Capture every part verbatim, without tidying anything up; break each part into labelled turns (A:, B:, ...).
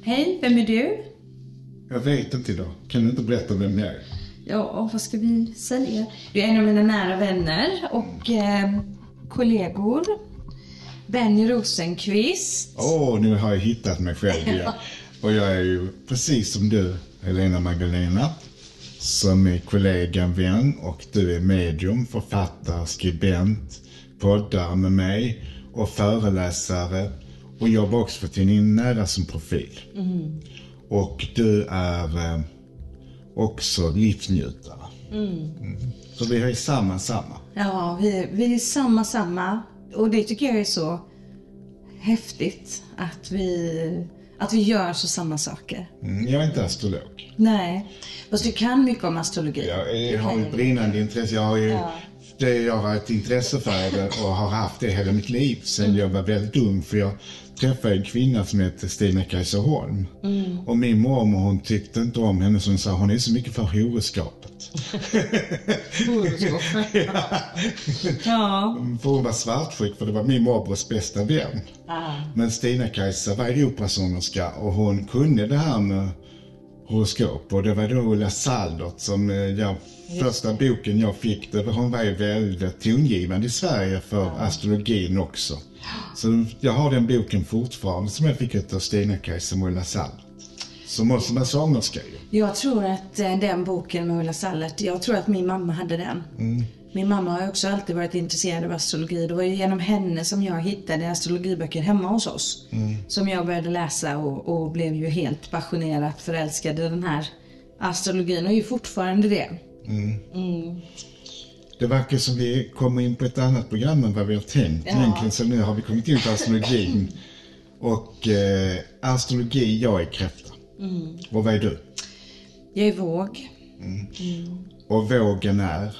A: Hej, vem är du?
B: Jag vet inte idag. Kan du inte berätta vem jag är?
A: Ja, vad ska vi säga? Du är en av mina nära vänner och eh, kollegor. Benny Rosenqvist.
B: Åh, oh, nu har jag hittat mig själv igen. Och jag är ju precis som du, Helena Magdalena, som är kollega, vän, och du är medium, författare, skribent, poddare med mig och föreläsare och jobbar också för tidningen Nära som profil. Mm. Och du är eh, också livsnjutare. Mm. Mm. Så vi har ju samma, samma.
A: Ja, vi, vi är samma, samma. Och det tycker jag är så häftigt att vi, att vi gör så samma saker.
B: Mm, jag är inte astrolog.
A: Nej, fast du kan mycket om astrologi.
B: Jag, jag har ett brinnande intresse. Jag har ju, ja. det, jag har ett intresse för det och har haft det hela mitt liv sedan mm. jag var väldigt ung. För jag träffade en kvinna som heter Stina Kaiserholm. Mm. Och min mormor, hon tyckte inte om henne, så hon sa hon är så mycket för horoskapet.
A: Horoskapet?
B: ja.
A: ja.
B: För hon var svartsjuk, för det var min morbrors bästa vän.
A: Ah.
B: Men Stina Kaiser var operasångerska och hon kunde det här med horoskop. Och det var då Ulla Saldert som jag, första boken jag fick, det var, hon var ju väldigt tongivande i Sverige för ah. astrologin också. Så jag har den boken fortfarande som jag fick av Stina Kaiser med Ulla Saldert. Som också med sångerska.
A: Jag tror att den boken med Ulla Saldert, jag tror att min mamma hade den. Mm. Min mamma har också alltid varit intresserad av astrologi. Det var ju genom henne som jag hittade astrologiböcker hemma hos oss. Mm. Som jag började läsa och, och blev ju helt passionerat förälskad i den här astrologin och är ju fortfarande det. Mm. Mm.
B: Det verkar som vi kommer in på ett annat program än vad vi har tänkt. Ja. Egentligen så nu har vi kommit in på astrologin. Och eh, astrologi, jag är kräfta. Mm. Och vad är du?
A: Jag är våg.
B: Mm. Mm. Och vågen är?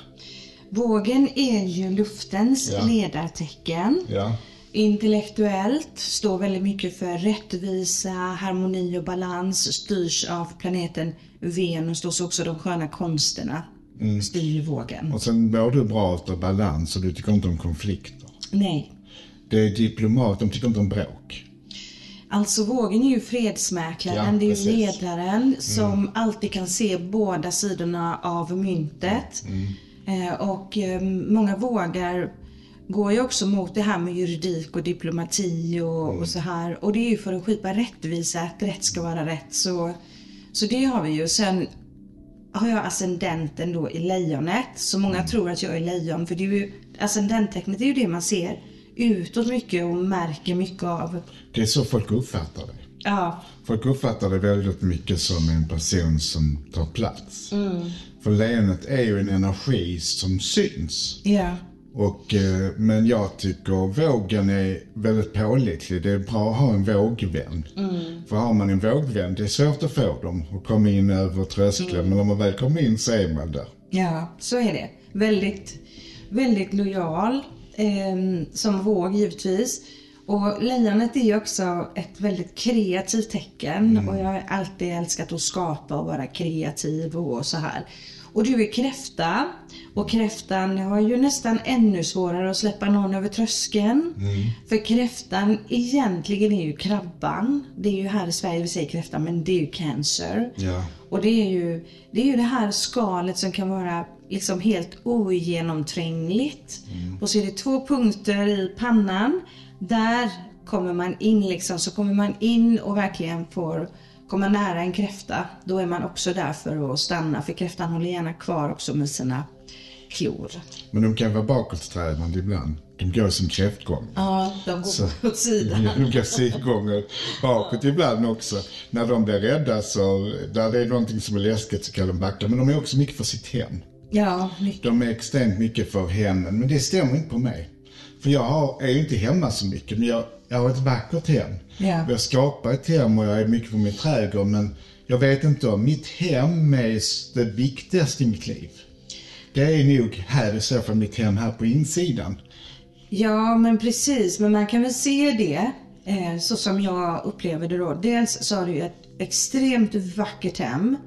A: Vågen är ju luftens ja. ledartecken.
B: Ja.
A: Intellektuellt står väldigt mycket för rättvisa, harmoni och balans. Styrs av planeten Venus, då så också de sköna konsterna. Mm. Styr vågen.
B: Och sen var du bra av balans och du tycker inte om konflikter.
A: Nej.
B: Det är diplomat, de tycker inte om bråk.
A: Alltså vågen är ju fredsmäklaren, ja, det är ju ledaren mm. som alltid kan se båda sidorna av myntet. Mm. Eh, och eh, många vågar går ju också mot det här med juridik och diplomati och, mm. och så här. Och det är ju för att skipa rättvisa, att rätt ska vara rätt. Så, så det har vi ju. Sen har jag ascendenten då i lejonet. Så många mm. tror att jag är lejon. För det är ju, ascendenttecknet är ju det man ser utåt mycket och märker mycket av.
B: Det är så folk uppfattar det.
A: Ja.
B: Folk uppfattar det väldigt mycket som en person som tar plats. Mm. För lejonet är ju en energi som syns.
A: Ja.
B: Och, men jag tycker vågen är väldigt pålitlig. Det är bra att ha en vågvän. Mm. För har man en vågvän, det är svårt att få dem att komma in över tröskeln. Mm. Men om man väl kommer in så är man där.
A: Ja, så är det. Väldigt, väldigt lojal eh, som våg givetvis. Och lejonet är ju också ett väldigt kreativt tecken. Mm. Och jag har alltid älskat att skapa och vara kreativ och så här. Och du är kräfta. Och kräftan har ju nästan ännu svårare att släppa någon över tröskeln. Mm. För kräftan egentligen är ju krabban. Det är ju här i Sverige vi säger kräftan, men det är ju cancer.
B: Ja.
A: Och det är ju det är ju det här skalet som kan vara liksom helt ogenomträngligt. Mm. Och så är det två punkter i pannan. Där kommer man in liksom, så kommer man in och verkligen får komma nära en kräfta. Då är man också där för att stanna. För kräftan håller gärna kvar också med sina klor.
B: Men de kan vara bakåtsträvande ibland. De går som kräftgång.
A: Ja, de går så, åt sidan.
B: Ja, de går sidgångar bakåt ibland också. När de blir rädda så, där det är någonting som är läskigt så kan de backa. Men de är också mycket för sitt hem.
A: Ja, mycket.
B: De är extremt mycket för hemmen. Men det stämmer inte på mig. För jag har, är ju inte hemma så mycket. Men jag, jag har ett vackert hem.
A: Ja.
B: Jag skapar ett hem och jag är mycket för min trädgård. Men jag vet inte om mitt hem är det viktigaste i mitt liv. Det är nog här i så fall mitt hem här på insidan.
A: Ja, men precis. Men man kan väl se det eh, så som jag upplever det då. Dels så har du ett extremt vackert hem.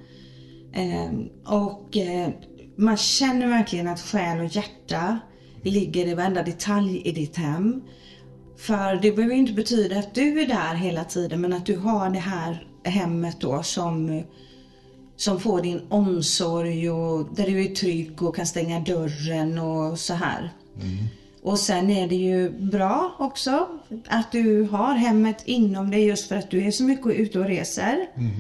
A: Eh, och eh, man känner verkligen att själ och hjärta ligger i varenda detalj i ditt hem. För det behöver inte betyda att du är där hela tiden, men att du har det här hemmet då som, som får din omsorg och där du är trygg och kan stänga dörren och så här. Mm. Och sen är det ju bra också att du har hemmet inom dig just för att du är så mycket ute och reser. Mm.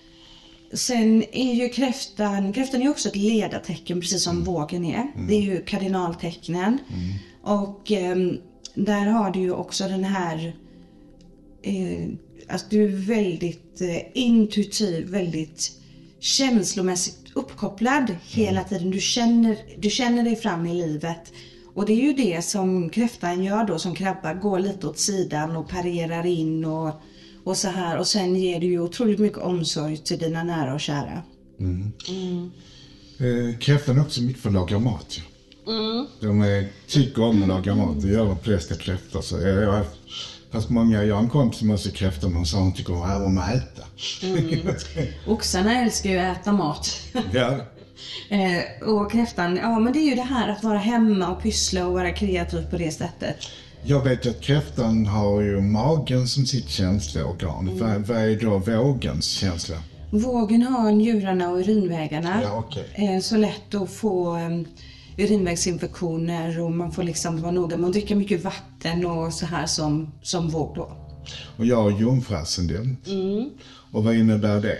A: Sen är ju kräftan, kräftan är ju också ett ledartecken precis som mm. vågen är. Mm. Det är ju kardinaltecknen. Mm. Och eh, där har du ju också den här, eh, att du är väldigt eh, intuitiv, väldigt känslomässigt uppkopplad mm. hela tiden. Du känner, du känner dig fram i livet. Och det är ju det som kräftan gör då, som krabbar, går lite åt sidan och parerar in och, och så här. Och sen ger du ju otroligt mycket omsorg till dina nära och kära. Mm.
B: Mm. Eh, kräftan är också mycket för att laga mat. Ja. Mm. De är, tycker om att laga mat. Det gör de flesta kräftor. Så jag, jag, fast många, jag har en kompis som också kräftor, men så hon tycker om att äta.
A: Mm. Oxarna älskar ju att äta mat.
B: Ja.
A: Eh, och kräftan, ja men det är ju det här att vara hemma och pyssla och vara kreativ på det sättet.
B: Jag vet att kräftan har ju magen som sitt känsloorgan. Mm. Vad, vad är då vågens känsla?
A: Vågen har njurarna och urinvägarna.
B: Ja, okay.
A: eh, så lätt att få um, urinvägsinfektioner och man får liksom vara noga med att dricka mycket vatten och så här som, som våg då.
B: Och jag har jungfruascendent. Mm. Och vad innebär det?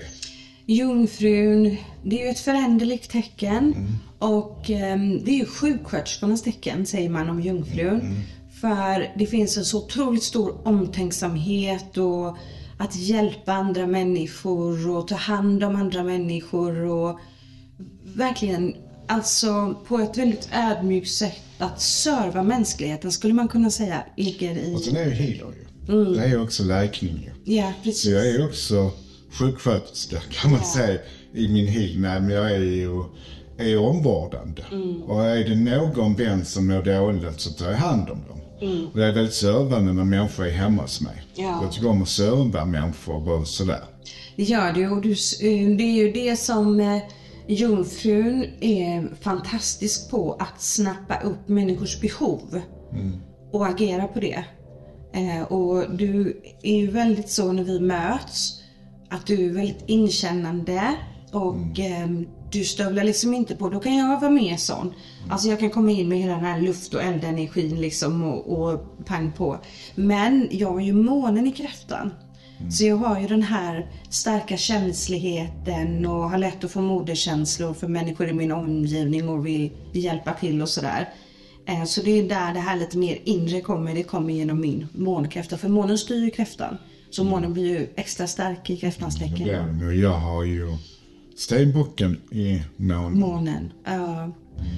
A: Jungfrun, det är ju ett föränderligt tecken mm. och eh, det är ju sjuksköterskornas tecken säger man om jungfrun. Mm. För det finns en så otroligt stor omtänksamhet och att hjälpa andra människor och ta hand om andra människor och verkligen alltså på ett väldigt ödmjukt sätt att serva mänskligheten skulle man kunna säga ligger i.
B: Och sen är ju healer ju. Mm. Det är ju också läkning ju.
A: Ja, precis.
B: Så jag är ju också sjuksköterska kan man ja. säga i min healing, men jag är ju är omvårdande. Mm. Och är det någon vän som mår dåligt så tar jag hand om dem. Mm. Och det är väldigt servande när människor är hemma hos mig. Ja. Jag tycker om att serva människor och sådär.
A: Det gör du och du, det är ju det som eh, jungfrun är fantastisk på, att snappa upp människors behov mm. och agera på det. Eh, och du är ju väldigt så när vi möts att du är väldigt inkännande och mm. eh, du stövlar liksom inte på, då kan jag vara med sån. Mm. Alltså jag kan komma in med hela den här luft- och eldenergin liksom och, och pang på. Men jag har ju månen i kräftan. Mm. Så jag har ju den här starka känsligheten och har lätt att få moderkänslor för människor i min omgivning och vill hjälpa till och sådär. Eh, så det är där det här lite mer inre kommer, det kommer genom min månkräfta. För månen styr ju kräftan. Så månen blir ju extra stark i kräftans tecken.
B: Ja, jag har ju stenbocken i månen.
A: Månen, ja. Mm.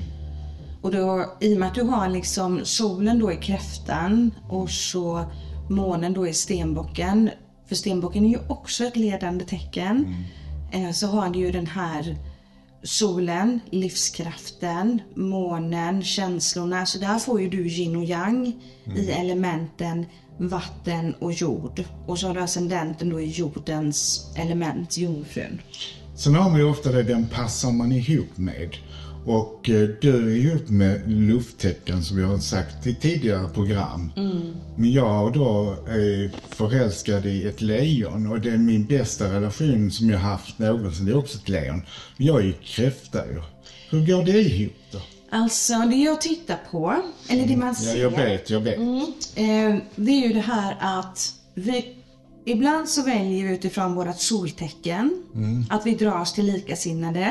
A: Och då, i och med att du har liksom solen då i kräftan och så månen då i stenbocken. För stenbocken är ju också ett ledande tecken. Mm. Så har du ju den här solen, livskraften, månen, känslorna. Så där får ju du yin och yang mm. i elementen vatten och jord. Och så har du ascendenten då i jordens element, jungfrun.
B: Sen har man ju ofta det, den passar man ihop med. Och eh, du är ihop med lufttecken som vi har sagt i tidigare program. Mm. Men jag då är förälskad i ett lejon och det är min bästa relation som jag haft någonsin. Det är också ett lejon. Men jag är ju kräfta ju. Hur går det ihop då?
A: Alltså det jag tittar på, eller det man ser.
B: Ja, jag vet, jag vet. Mm,
A: eh, det är ju det här att vi, ibland så väljer vi utifrån vårat soltecken mm. att vi dras till likasinnade.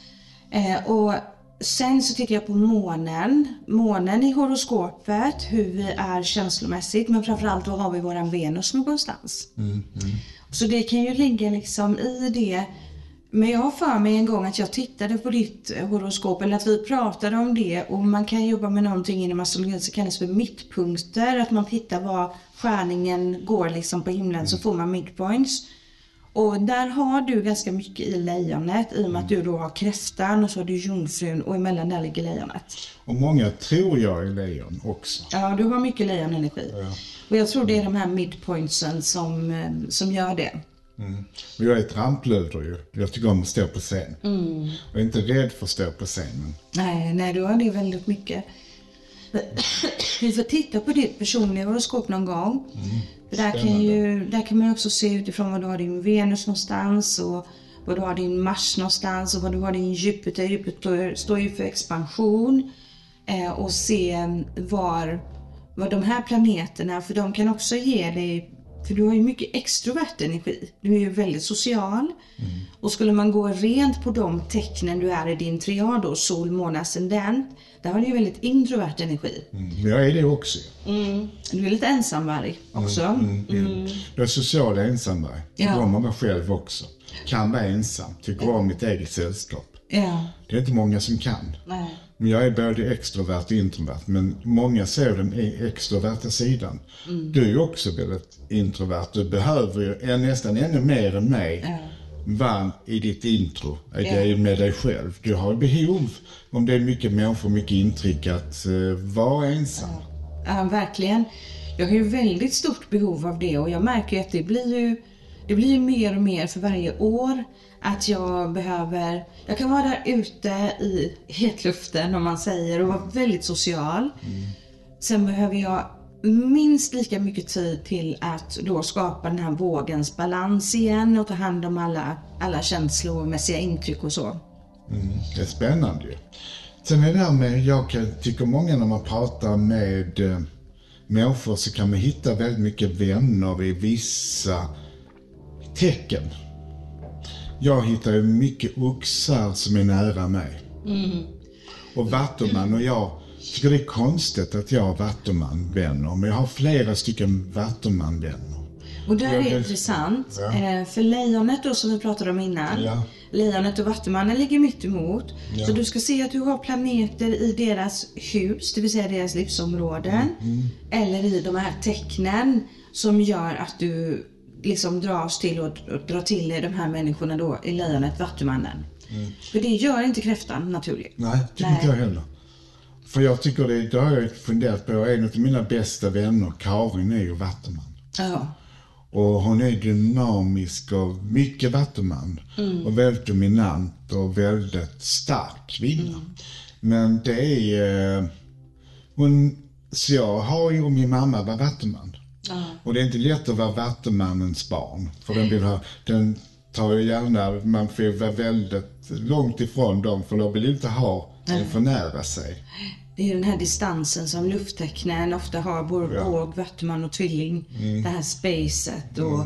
A: Eh, och sen så tittar jag på månen. Månen i horoskopet, hur vi är känslomässigt. Men framförallt då har vi våran Venus någonstans. Mm, mm. Så det kan ju ligga liksom i det. Men jag har för mig en gång att jag tittade på ditt horoskop, eller att vi pratade om det, och man kan jobba med någonting inom astrologin som kallas för mittpunkter, att man tittar var stjärningen går liksom på himlen mm. så får man midpoints. Och där har du ganska mycket i lejonet, i och med att du då har kräftan och så har du jungfrun och emellan där ligger lejonet.
B: Och många tror jag är lejon också.
A: Ja, du har mycket lejonenergi. Ja. Och jag tror det är de här midpointsen som, som gör det.
B: Mm. Och jag är ett rampluder ju. Jag tycker om att stå på scen. Mm. Jag är inte rädd för att stå på scenen.
A: Nej, nej, du har det väldigt mycket. Vi får titta på ditt personliga horoskop någon gång. Mm. För där kan, ju, där kan man också se utifrån vad du har din Venus någonstans och vad du har din Mars någonstans och vad du har din Jupiter. Jupiter står ju för expansion. Eh, och se var, var de här planeterna, för de kan också ge dig, för du har ju mycket extrovert energi. Du är ju väldigt social. Mm. Och skulle man gå rent på de tecknen du är i din triad då, sol, måne, ascendent, där har du ju väldigt introvert energi.
B: Mm. Jag är det också.
A: Mm. Du är lite ensamvarg också. Mm. Mm.
B: Mm. Jag är social ensamvarg. Ja. Jag kommer själv också. Kan vara ensam. Tycker om mitt eget sällskap.
A: Ja.
B: Det är inte många som kan.
A: Nej.
B: Men jag är både extrovert och introvert. Men många ser den extroverta sidan. Mm. Du är ju också väldigt introvert. Du behöver ju nästan ännu mer än mig. Ja. Vara i ditt intro. Ja. Med dig själv. Du har behov, om det är mycket människor, mycket intryck, att uh, vara ensam.
A: Ja. Ja, verkligen. Jag har ju väldigt stort behov av det. Och jag märker ju att det blir ju, det blir ju mer och mer för varje år. Att jag behöver, jag kan vara där ute i hetluften om man säger och vara väldigt social. Mm. Sen behöver jag minst lika mycket tid till att då skapa den här vågens balans igen och ta hand om alla, alla känslomässiga intryck och så.
B: Mm, det är spännande ju. Sen är det där med, jag tycker många när man pratar med äh, människor så kan man hitta väldigt mycket vänner i vissa tecken. Jag hittar ju mycket oxar som är nära mig. Mm. Och vattuman, och jag tycker det är konstigt att jag har vattuman-vänner. Men jag har flera stycken vattuman-vänner.
A: Och där är det intressant. Ja. För lejonet då som vi pratade om innan. Ja. Lejonet och vattumannen ligger mitt emot. Ja. Så du ska se att du har planeter i deras hus, det vill säga deras livsområden. Mm. Mm. Eller i de här tecknen som gör att du liksom dras till och, och dra till dig de här människorna då i lejonet, vattumannen. Mm. För det gör inte kräftan naturligt.
B: Nej, det tycker inte jag heller. För jag tycker det, det har jag funderat på. En av mina bästa vänner, Karin, är ju vattuman.
A: Ja.
B: Och hon är dynamisk och mycket vattuman. Mm. Och väldigt dominant och väldigt stark kvinna. Mm. Men det är... Hon, så jag har ju, min mamma var vattuman. Uh. Och det är inte lätt att vara vattumannens barn. För den vill ha, den tar ju gärna, man får vara väldigt långt ifrån dem. För de vill inte ha den uh. för nära sig.
A: Det är den här distansen som lufttecknen ofta har, både ja. Våg, vattuman och tvilling. Mm. Det här spacet och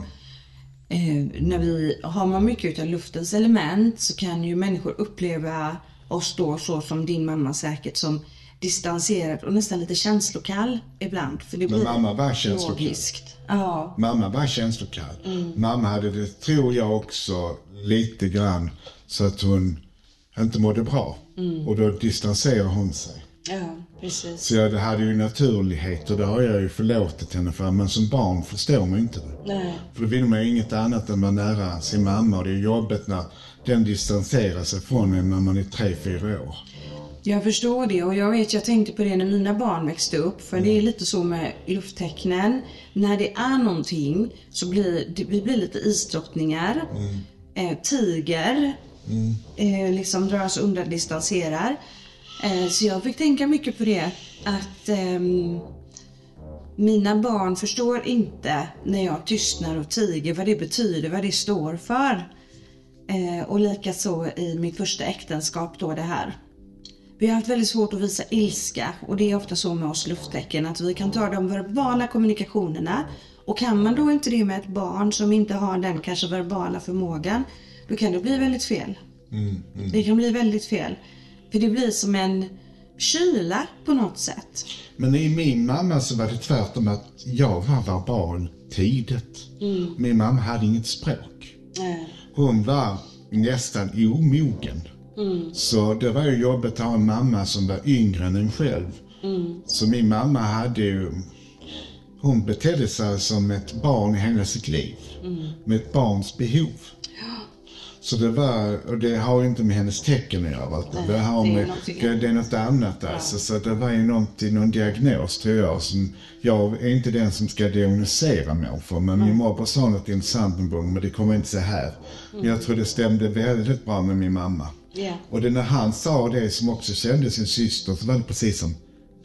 A: mm. eh, när vi har man mycket av luftens element så kan ju människor uppleva oss då så som din mamma säkert som distanserat och nästan lite känslokall ibland. För det
B: Men mamma var känslokall.
A: Ja.
B: Mamma var känslokall. Mm. Mamma hade det, tror jag också, lite grann så att hon inte mådde bra. Mm. Och då distanserade hon sig.
A: Ja, precis.
B: Så jag hade ju naturlighet och det har jag ju förlåtit henne för. Men som barn förstår man inte det.
A: Nej.
B: För då vill man ju inget annat än att vara nära sin mamma. Och det är jobbigt när den distanserar sig från en när man är tre, fyra år.
A: Jag förstår det och jag vet, jag tänkte på det när mina barn växte upp. För mm. det är lite så med lufttecknen. När det är någonting så blir det, vi blir lite isdrottningar. Mm. Eh, tiger. Mm. Eh, liksom drar sig undan, distanserar. Eh, så jag fick tänka mycket på det. Att eh, mina barn förstår inte när jag tystnar och tiger vad det betyder, vad det står för. Eh, och likaså i mitt första äktenskap då det här. Vi har haft väldigt svårt att visa ilska och det är ofta så med oss lufttecken att vi kan ta de verbala kommunikationerna och kan man då inte det med ett barn som inte har den kanske verbala förmågan, då kan det bli väldigt fel. Mm, mm. Det kan bli väldigt fel. För det blir som en kyla på något sätt.
B: Men i min mamma så var det tvärtom att jag var verbal tidigt. Mm. Min mamma hade inget språk. Mm. Hon var nästan omogen. Mm. Så det var ju jobbigt att ha en mamma som var yngre än en själv. Mm. Så min mamma hade ju, hon betedde sig som ett barn i hela sitt liv. Mm. Med ett barns behov. Så det var, och det har ju inte med hennes tecken att göra. Nej, det, har med, det, är det är något annat ja. Alltså. Så det var ju någonting, någon diagnos tror jag. Som, jag är inte den som ska diagnosera människor. Men mm. min morbror sa något intressant en gång, men det kommer inte så här. Mm. Men jag tror det stämde väldigt bra med min mamma. Yeah. Och det när han sa det som också kände sin syster så var det precis som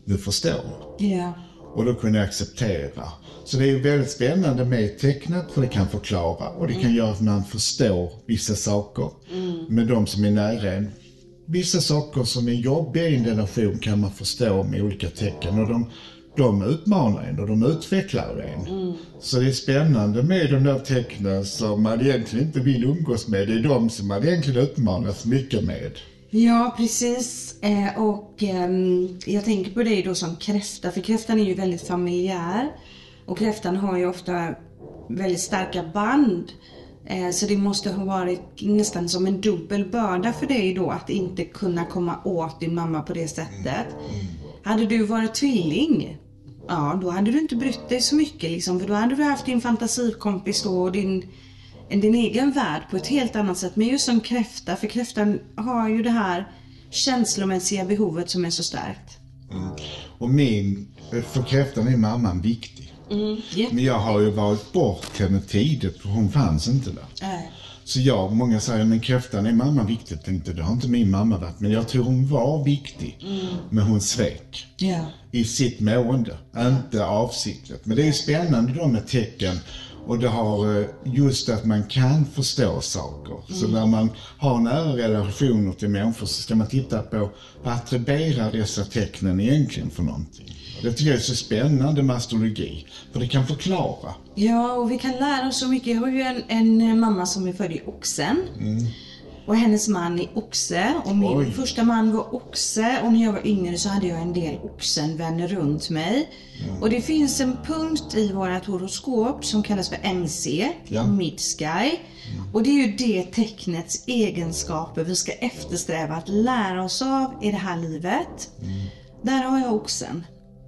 B: du förstår.
A: Yeah.
B: Och då kunna acceptera. Så det är ju väldigt spännande med tecknet, för det kan förklara. Och det kan mm. göra att man förstår vissa saker. Mm. Med de som är nära en. Vissa saker som är jobbiga i en relation kan man förstå med olika tecken. Och de, de utmanar en och de utvecklar en. Mm. Så det är spännande med de där tecknen som man egentligen inte vill umgås med. Det är de som man egentligen utmanas mycket med.
A: Ja, precis. Eh, och eh, jag tänker på dig då som kräfta. För kräftan är ju väldigt familjär. Och kräftan har ju ofta väldigt starka band. Eh, så det måste ha varit nästan som en dubbel börda för dig då. Att inte kunna komma åt din mamma på det sättet. Mm. Hade du varit tvilling, ja då hade du inte brytt dig så mycket. Liksom, för då hade du haft din fantasikompis då och din... din egen värld på ett helt annat sätt. Men just som kräfta, för kräftan har ju det här känslomässiga behovet som är så starkt.
B: Mm. Och min, för kräftan är mamman viktig. Mm. Yeah. Men jag har ju varit bort henne tidigt, för hon fanns inte där. Äh. Så jag, många säger, men kräftan är mamma viktig. Tänkte, det har inte min mamma varit. Men jag tror hon var viktig. Mm. Men hon svek. Yeah. I sitt mående. Inte avsiktligt. Men det är spännande då med tecken. Och det har just att man kan förstå saker. Mm. Så när man har nära relationer till människor så ska man titta på vad attribuerar dessa tecknen egentligen för någonting. Det tycker jag är så spännande med astrologi. För det kan förklara.
A: Ja, och vi kan lära oss så mycket. Jag har ju en, en mamma som är född i Oxen. Mm. Och hennes man är oxe. Och min Oj. första man var oxe. Och när jag var yngre så hade jag en del oxenvänner runt mig. Mm. Och det finns en punkt i vårt horoskop som kallas för M C. Ja. Mid-sky. Mm. Och det är ju det tecknets egenskaper vi ska eftersträva att lära oss av i det här livet. Mm. Där har jag oxen.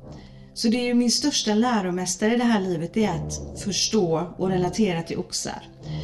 A: Så det är ju min största läromästare i det här livet. Det är att förstå och relatera till oxar.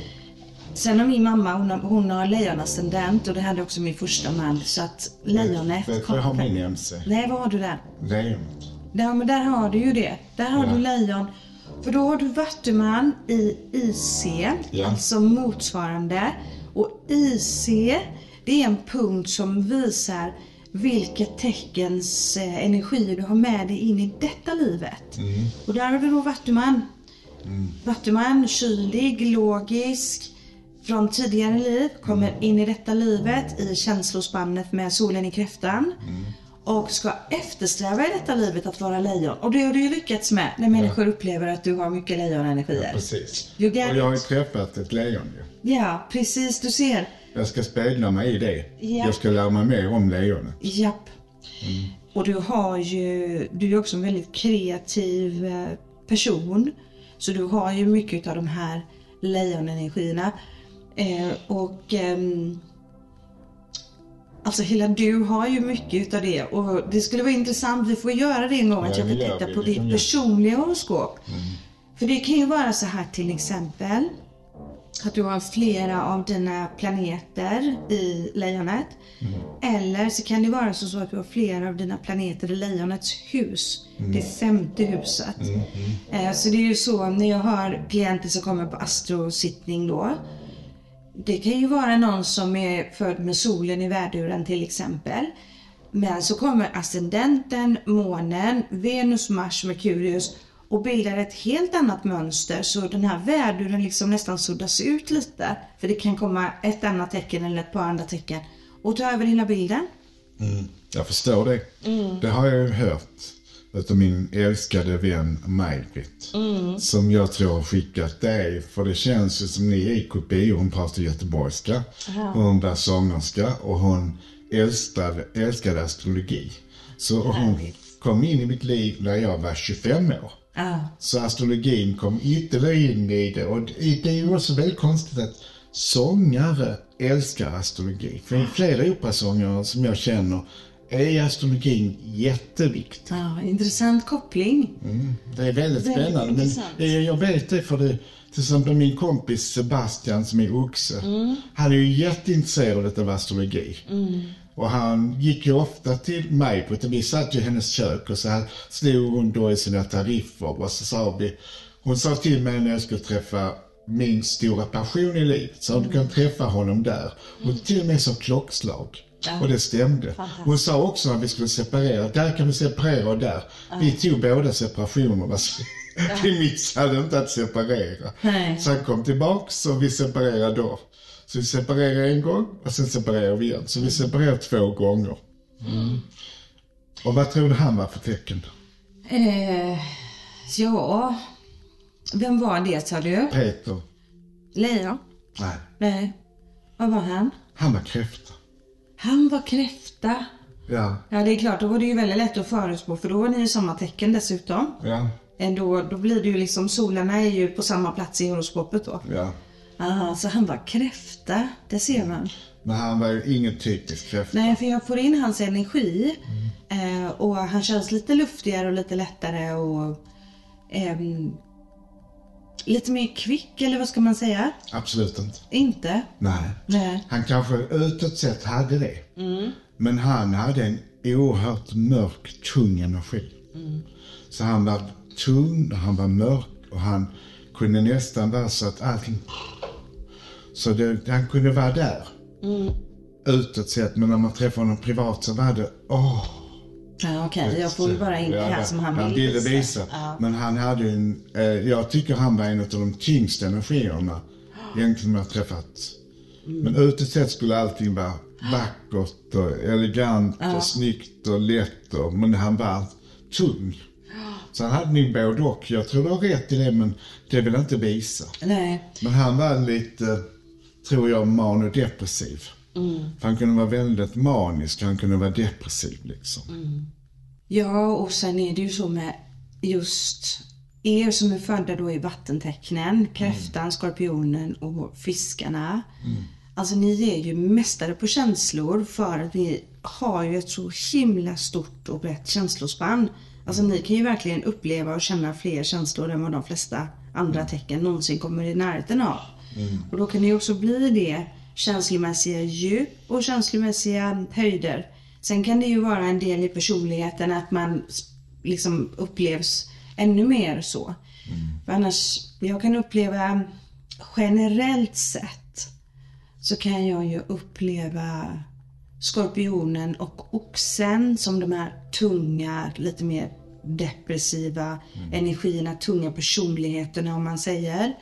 A: Sen har min mamma, hon har, hon har lejonascendent och det hade också min första man. Så att lejonet...
B: Vad
A: kom,
B: har min M C?
A: Nej, vad har du där?
B: Lejon.
A: Ja, men där har du ju det. Där har ja. du lejon. För då har du vattuman i I C, ja. alltså motsvarande. Och I C, det är en punkt som visar vilket teckens eh, energi du har med dig in i detta livet. Mm. Och där har du då vattuman. Mm. Vattuman, kylig, logisk. Från tidigare liv, kommer mm. in i detta livet i känslospannet med solen i kräftan. Mm. Och ska eftersträva i detta livet att vara lejon. Och det har du ju lyckats med när människor ja. upplever att du har mycket lejonenergier.
B: Ja, precis. Och jag har ju träffat ett lejon ju.
A: Ja, precis. Du ser.
B: Jag ska spegla mig i det. Japp. Jag ska lära mig mer om lejonet.
A: Japp. Mm. Och du har ju, du är också en väldigt kreativ person. Så du har ju mycket av de här lejonenergierna. Eh, och eh, alltså hela du har ju mycket av det. Och det skulle vara intressant, vi får göra det en gång, ja, att jag får titta på ditt personliga horoskop. Mm. För det kan ju vara så här till exempel att du har flera av dina planeter i lejonet. Mm. Eller så kan det vara så att du har flera av dina planeter i lejonets hus. Mm. Det femte huset. Mm. Mm. Eh, så det är ju så när jag har klienter som kommer på astrosittning då. Det kan ju vara någon som är född med solen i värduren till exempel. Men så kommer ascendenten, månen, Venus, Mars, Merkurius och bildar ett helt annat mönster. Så den här värduren liksom nästan suddas ut lite. För det kan komma ett annat tecken eller ett par andra tecken. Och ta över hela bilden.
B: Mm, jag förstår det. Mm. Det har jag ju hört. Utav min älskade vän Maj-Britt. Mm. Som jag tror har skickat dig. För det känns ju som ni är i kopi. Hon pratar göteborgska. Aha. Hon var sångerska. Och hon älskade, älskade astrologi. Så hon kom in i mitt liv när jag var tjugofem år. Ah. Så astrologin kom ytterligare in i det. Och det är ju också väldigt konstigt att sångare älskar astrologi. För det är flera operasångare som jag känner är astrologin jätteviktig.
A: Ja, intressant koppling.
B: Mm, det är väldigt, väldigt spännande. Intressant. Men jag vet det för det, till exempel min kompis Sebastian som är oxe. Mm. Han är ju jätteintresserad av astrologi. Mm. Och han gick ju ofta till mig på det. Vi satt ju i hennes kök och så här slog hon då i sina tariffer. Och så sa vi, hon sa till mig när jag skulle träffa min stora passion i livet. Så mm. du kan träffa honom där. Och till och med som klockslag. Ja. Och det stämde. Hon sa också att vi skulle separera. Där kan vi separera och där. Ja. Vi tog båda separationerna. Ja. Vi missade inte att separera. Nej. Så han kom tillbaka så vi separerade då. Så vi separerade en gång och sen separerade vi igen. Så vi separerade två gånger. Mm. Och vad tror du han var för tecken?
A: Eh, ja, vem var det, sa du?
B: Peter.
A: Lejon?
B: Nej.
A: Nej. Vad var han?
B: Han var kräfta.
A: Han var kräfta?
B: Ja.
A: Ja, det är klart. Då var det ju väldigt lätt att förutspå. För då var ni ju samma tecken dessutom.
B: Ja.
A: Då, då blir det ju liksom, solarna är ju på samma plats i horoskopet då.
B: Ja.
A: Aha, så han var kräfta, det ser man.
B: Men han var ju ingen typisk kräfta.
A: Nej, för jag får in hans energi. Mm. Eh, och han känns lite luftigare och lite lättare och eh, lite mer kvick, eller vad ska man säga?
B: Absolut inte.
A: Inte?
B: Nej.
A: Nej.
B: Han kanske utåt sett hade det. Mm. Men han hade en oerhört mörk, tung energi. Mm. Så han var tung, han var mörk och han kunde nästan vara så att allting... Så det, han kunde vara där. Mm. Utåt sett, men när man träffade honom privat så var det... Åh!
A: Ja, okej. Okay. Jag får ju bara in det här ja, som han,
B: han ville visa. visa. Ja. Men han hade en... Eh, jag tycker han var en av de tyngsta energierna egentligen jag träffat. Mm. Men utåt sett skulle allting vara vackert och elegant ja. och snyggt och lätt. Och, men han var tung. Så han hade nog både och. Jag tror du har rätt i det, men det vill inte visa.
A: Nej.
B: Men han var lite, tror jag, manodepressiv. Mm. För han kunde vara väldigt manisk, han kunde vara depressiv liksom. Mm.
A: Ja, och sen är det ju så med just er som är födda då i vattentecknen, kräftan, mm. skorpionen och fiskarna. Mm. Alltså ni är ju mästare på känslor för att ni har ju ett så himla stort och brett känslospann. Alltså ni kan ju verkligen uppleva och känna fler känslor än vad de flesta andra tecken någonsin kommer i närheten av. Mm. Och då kan det ju också bli det känslomässiga djup och känslomässiga höjder. Sen kan det ju vara en del i personligheten att man liksom upplevs ännu mer så. Mm. För annars, jag kan uppleva generellt sett så kan jag ju uppleva skorpionen och oxen som de här tunga, lite mer depressiva mm. energierna, tunga personligheterna om man säger.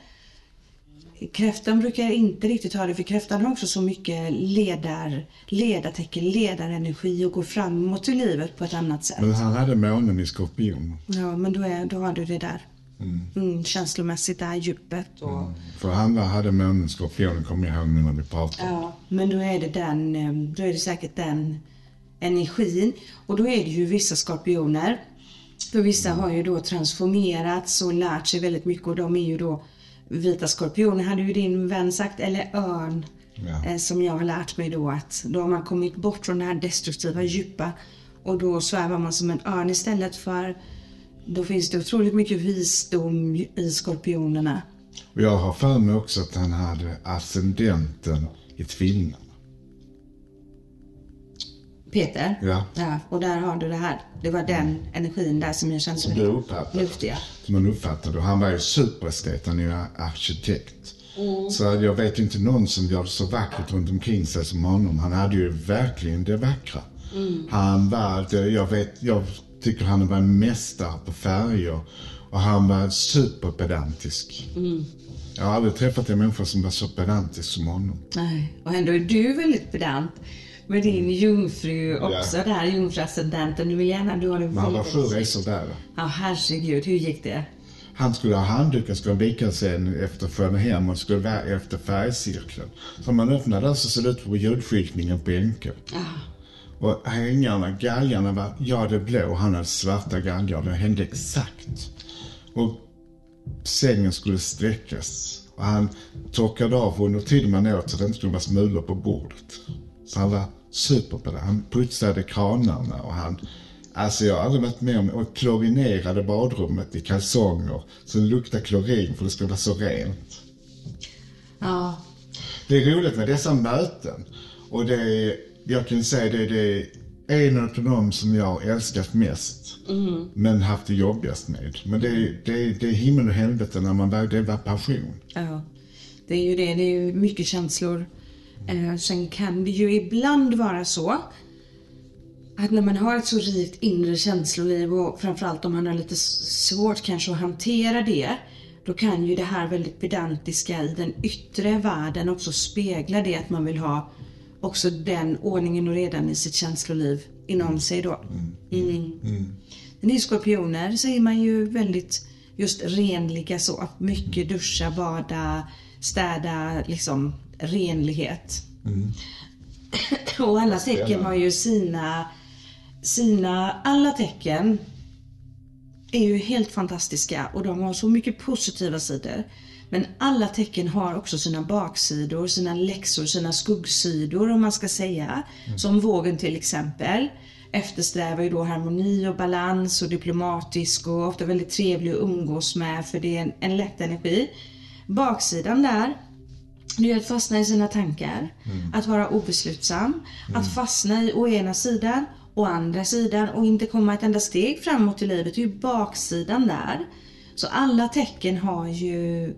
A: Kräftan brukar inte riktigt ha det, för kräftan har också så mycket ledar, ledartecken, ledarenergi och går framåt i livet på ett annat sätt.
B: Men han hade månen i skorpion.
A: Ja, men då, är, då har du det där. Mm. Mm, känslomässigt där djupet. Och... Mm.
B: För han hade månen i skorpion, kommer jag ihåg nu när vi pratade.
A: Ja, men då är det den, då är det säkert den energin. Och då är det ju vissa skorpioner. För vissa mm. har ju då transformerats och lärt sig väldigt mycket, och de är ju då vita skorpioner, hade ju din vän sagt, eller örn, ja. eh, som jag har lärt mig då, att då har man kommit bort från det här destruktiva djupa och då svävar man som en örn istället, för då finns det otroligt mycket visdom i skorpionerna.
B: Och jag har för mig också att han hade ascendenten i tvillingarna.
A: Peter?
B: Ja.
A: Ja. Och där har du det här. Det var den energin där som jag kände så luftiga.
B: Som man uppfattade. Och han var ju superestet, han är ju arkitekt. Mm. Så jag vet inte någon som gör så vackert runt omkring sig som honom. Han hade ju verkligen det vackra. Mm. Han var, det, jag vet, jag tycker han var en mästare på färger. Och han var superpedantisk. Mm. Jag har aldrig träffat en människa som var så pedantisk som honom.
A: Nej, och ändå är du väldigt pedant. Med din jungfru också, ja. Där jungfruascendenten, du vill gärna, du har det.
B: Man var sju resor där.
A: Ja, herregud, hur gick det?
B: Han skulle ha handdukar, skulle vika sig efter sjön hem och skulle vara efter färgcirkeln. Så man öppnade där så såg det ut på ljudskyltningen på enkel. Ah. Och hängarna, galgarna var, ja det blå, han hade svarta galgar, det hände exakt. Och sängen skulle sträckas. Och han torkade av under tiden man åt så det inte skulle vara smulor på bordet. Så han var super på det. Han putsade kranarna och han... Alltså jag har aldrig varit med om... Och klorinerade badrummet i kalsonger. Så det luktade klorin för det skulle vara så rent.
A: Ja.
B: Det är roligt med dessa möten. Och det är... Jag kan säga det, det är en av dem som jag älskat mest. Mm. Men haft det jobbigast med. Men det är, det är, det är himmel och helvete när man väl... Det var passion.
A: Ja. Det är ju det. Det är ju mycket känslor. Eh, sen kan det ju ibland vara så att när man har ett så rikt inre känsloliv och framförallt om man har lite svårt kanske att hantera det, då kan ju det här väldigt pedantiska i den yttre världen också spegla det att man vill ha också den ordningen och redan i sitt känsloliv inom sig då. Mm. Mm. Ni skorpioner säger man ju väldigt just renliga så. Mycket duscha, bada, städa, liksom renlighet. Mm. Och alla tecken har ju sina, sina, alla tecken är ju helt fantastiska och de har så mycket positiva sidor. Men alla tecken har också sina baksidor, sina läxor, sina skuggsidor om man ska säga. Mm. Som vågen till exempel eftersträvar ju då harmoni och balans och diplomatisk och ofta väldigt trevlig att umgås med för det är en, en lätt energi. Baksidan där, det är att fastna i sina tankar, mm. att vara obeslutsam, mm. att fastna i å ena sidan och andra sidan och inte komma ett enda steg framåt i livet. Det är ju baksidan där. Så alla tecken har ju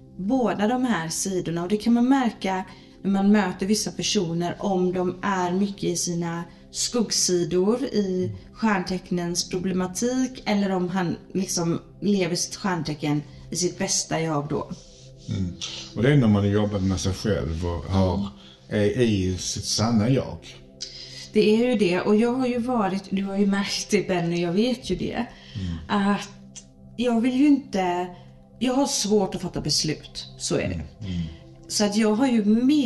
A: båda de här sidorna och det kan man märka när man möter vissa personer om de är mycket i sina skuggsidor i stjärntecknens problematik eller om han liksom lever sitt stjärntecken i sitt bästa jag då.
B: Mm. Och det är när man jobbar med sig själv och har, är i sitt sanna jag.
A: Det är ju det och jag har ju varit, du har ju märkt det Benny, jag vet ju det, mm. att jag vill ju inte, jag har svårt att fatta beslut, så är det. Mm. Mm. Så att jag har ju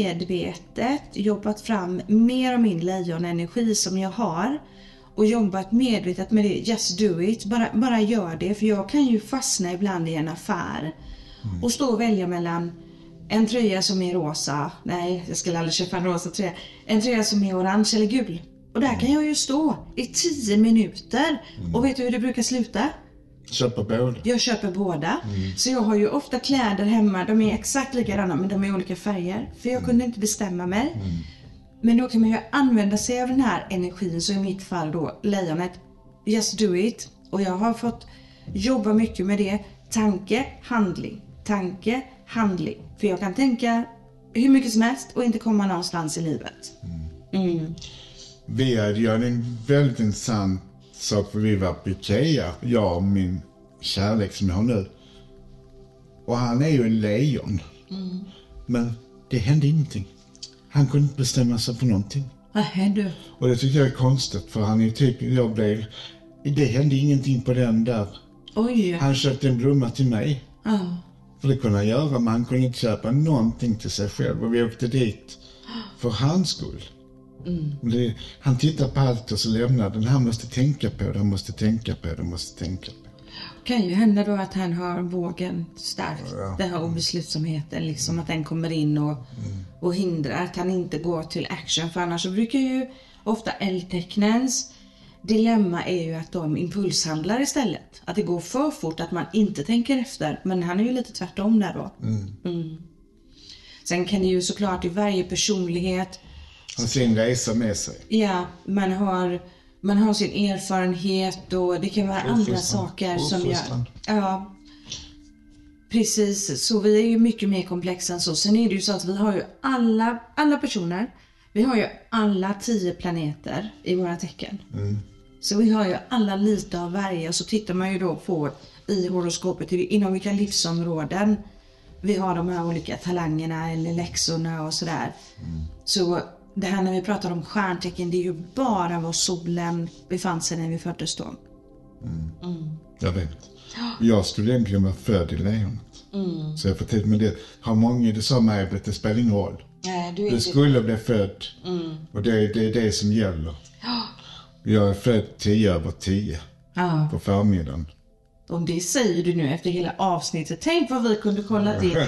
A: medvetet jobbat fram mer av min lejonenergi som jag har och jobbat medvetet med det, just do it, bara, bara gör det, för jag kan ju fastna ibland i en affär mm. och stå och välja mellan en tröja som är rosa, nej jag skulle aldrig köpa en rosa tröja, en tröja som är orange eller gul och där mm. kan jag ju stå i tio minuter mm. och vet du hur det brukar sluta?
B: Köper båda.
A: Jag köper båda. Mm. Så jag har ju ofta kläder hemma. De är exakt likadana men de är olika färger. För jag mm. kunde inte bestämma mig. Mm. Men då kan man ju använda sig av den här energin. Så i mitt fall då, lejonet. Just do it. Och jag har fått jobba mycket med det. Tanke, handling. Tanke, handling. För jag kan tänka hur mycket som helst och inte komma någonstans i livet. Mm. Mm.
B: Vi gör en väldigt intressant sak, för vi var på Ikea, jag och min kärlek som jag har nu. Och han är ju en lejon. Mm. Men det hände ingenting. Han kunde inte bestämma sig för någonting.
A: Nähä du.
B: Och det tycker jag är konstigt, för han är typ, jag blev, det hände ingenting på den där.
A: Oj.
B: Han köpte en blomma till mig. Ja. Oh. För det kunde han göra, men han kunde inte köpa någonting till sig själv. Och vi åkte dit för hans skull. Mm. Det, han tittar på allt och så lämnar den. Han måste tänka på det, han måste tänka på det, han måste tänka på det.
A: Kan ju hända då att han har vågen starkt, ja. Den här obeslutsamheten liksom, att den kommer in och, mm. och hindrar att han inte går till action. För annars så brukar ju ofta eldtecknens dilemma är ju att de impulshandlar istället. Att det går för fort, att man inte tänker efter. Men han är ju lite tvärtom där då. Mm. Mm. Sen kan det ju såklart i varje personlighet
B: har sin resa med sig.
A: Ja, man har, man har sin erfarenhet och det kan vara andra saker som gör. Ja, precis. Så vi är ju mycket mer komplexa än så. Sen är det ju så att vi har ju alla, alla personer. Vi har ju alla tio planeter i våra tecken. Mm. Så vi har ju alla lite av varje. Och så tittar man ju då på i horoskopet inom vilka livsområden vi har de här olika talangerna eller läxorna och sådär. Mm. Så det här när vi pratar om stjärntecken, det är ju bara vad solen befann sig när vi föddes då.
B: Mm. Mm. Jag vet. Jag skulle egentligen vara född i lejonet. Mm. Så jag får tid med det. Har många, det sa mig att det spelar ingen roll.
A: Nej, du,
B: du skulle det. Bli född. Mm. Och det, det är det som gäller. Ja. Jag är född tio över tio. Ja. På förmiddagen.
A: Och det säger du nu efter hela avsnittet. Tänk vad vi kunde kolla det.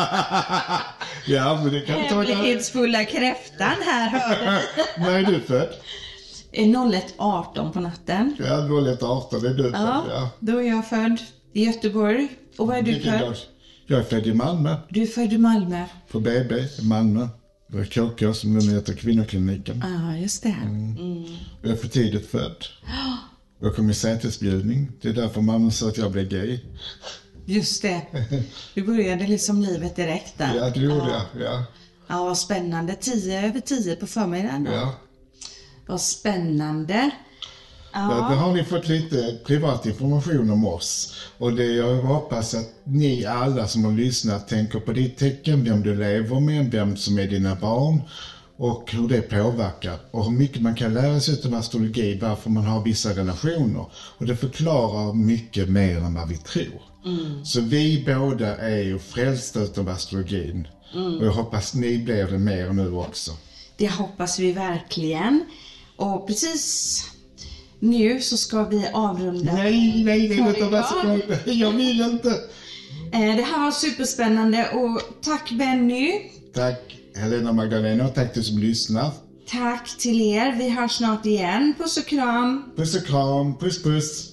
B: Ja, men det kan ta det.
A: Hemlighetsfulla kräftan här, hörde.
B: När är du född?
A: noll ett arton på natten.
B: Ja, noll ett arton är du född, ja.
A: Ja, då är jag född i Göteborg. Och var är du född?
B: Jag, jag är född i Malmö.
A: Du är född i Malmö.
B: På B B i Malmö. Det var K K som nu heter kvinnokliniken.
A: Ja, ah, just det.
B: Mm. Mm. Jag är för tidigt född. Jag kom i sätesbjudning. Det är därför mamma sa att jag blev gay.
A: Just det. Du började liksom livet direkt där.
B: Ja, det gjorde ja. jag. Ja.
A: Ja, vad spännande. Tio över tio på förmiddagen då.
B: Ja.
A: Vad spännande. Ja.
B: Ja, då har ni fått lite privat information om oss. Och det jag hoppas att ni alla som har lyssnat tänker på ditt tecken, vem du lever med, vem som är dina barn och hur det påverkar. Och hur mycket man kan lära sig av astrologi, varför man har vissa relationer. Och det förklarar mycket mer än vad vi tror. Mm. Så vi båda är ju frälsta av astrologin. Mm. Och jag hoppas ni blir det mer nu också.
A: Det hoppas vi verkligen. Och precis nu så ska vi avrunda.
B: Nej, nej, det är inte astrologi. Jag vill inte.
A: Det här var superspännande och tack Benny.
B: Tack Helena Magdalena och tack till som lyssnar.
A: Tack till er. Vi hörs snart igen. Puss och kram.
B: Puss och kram. Puss puss.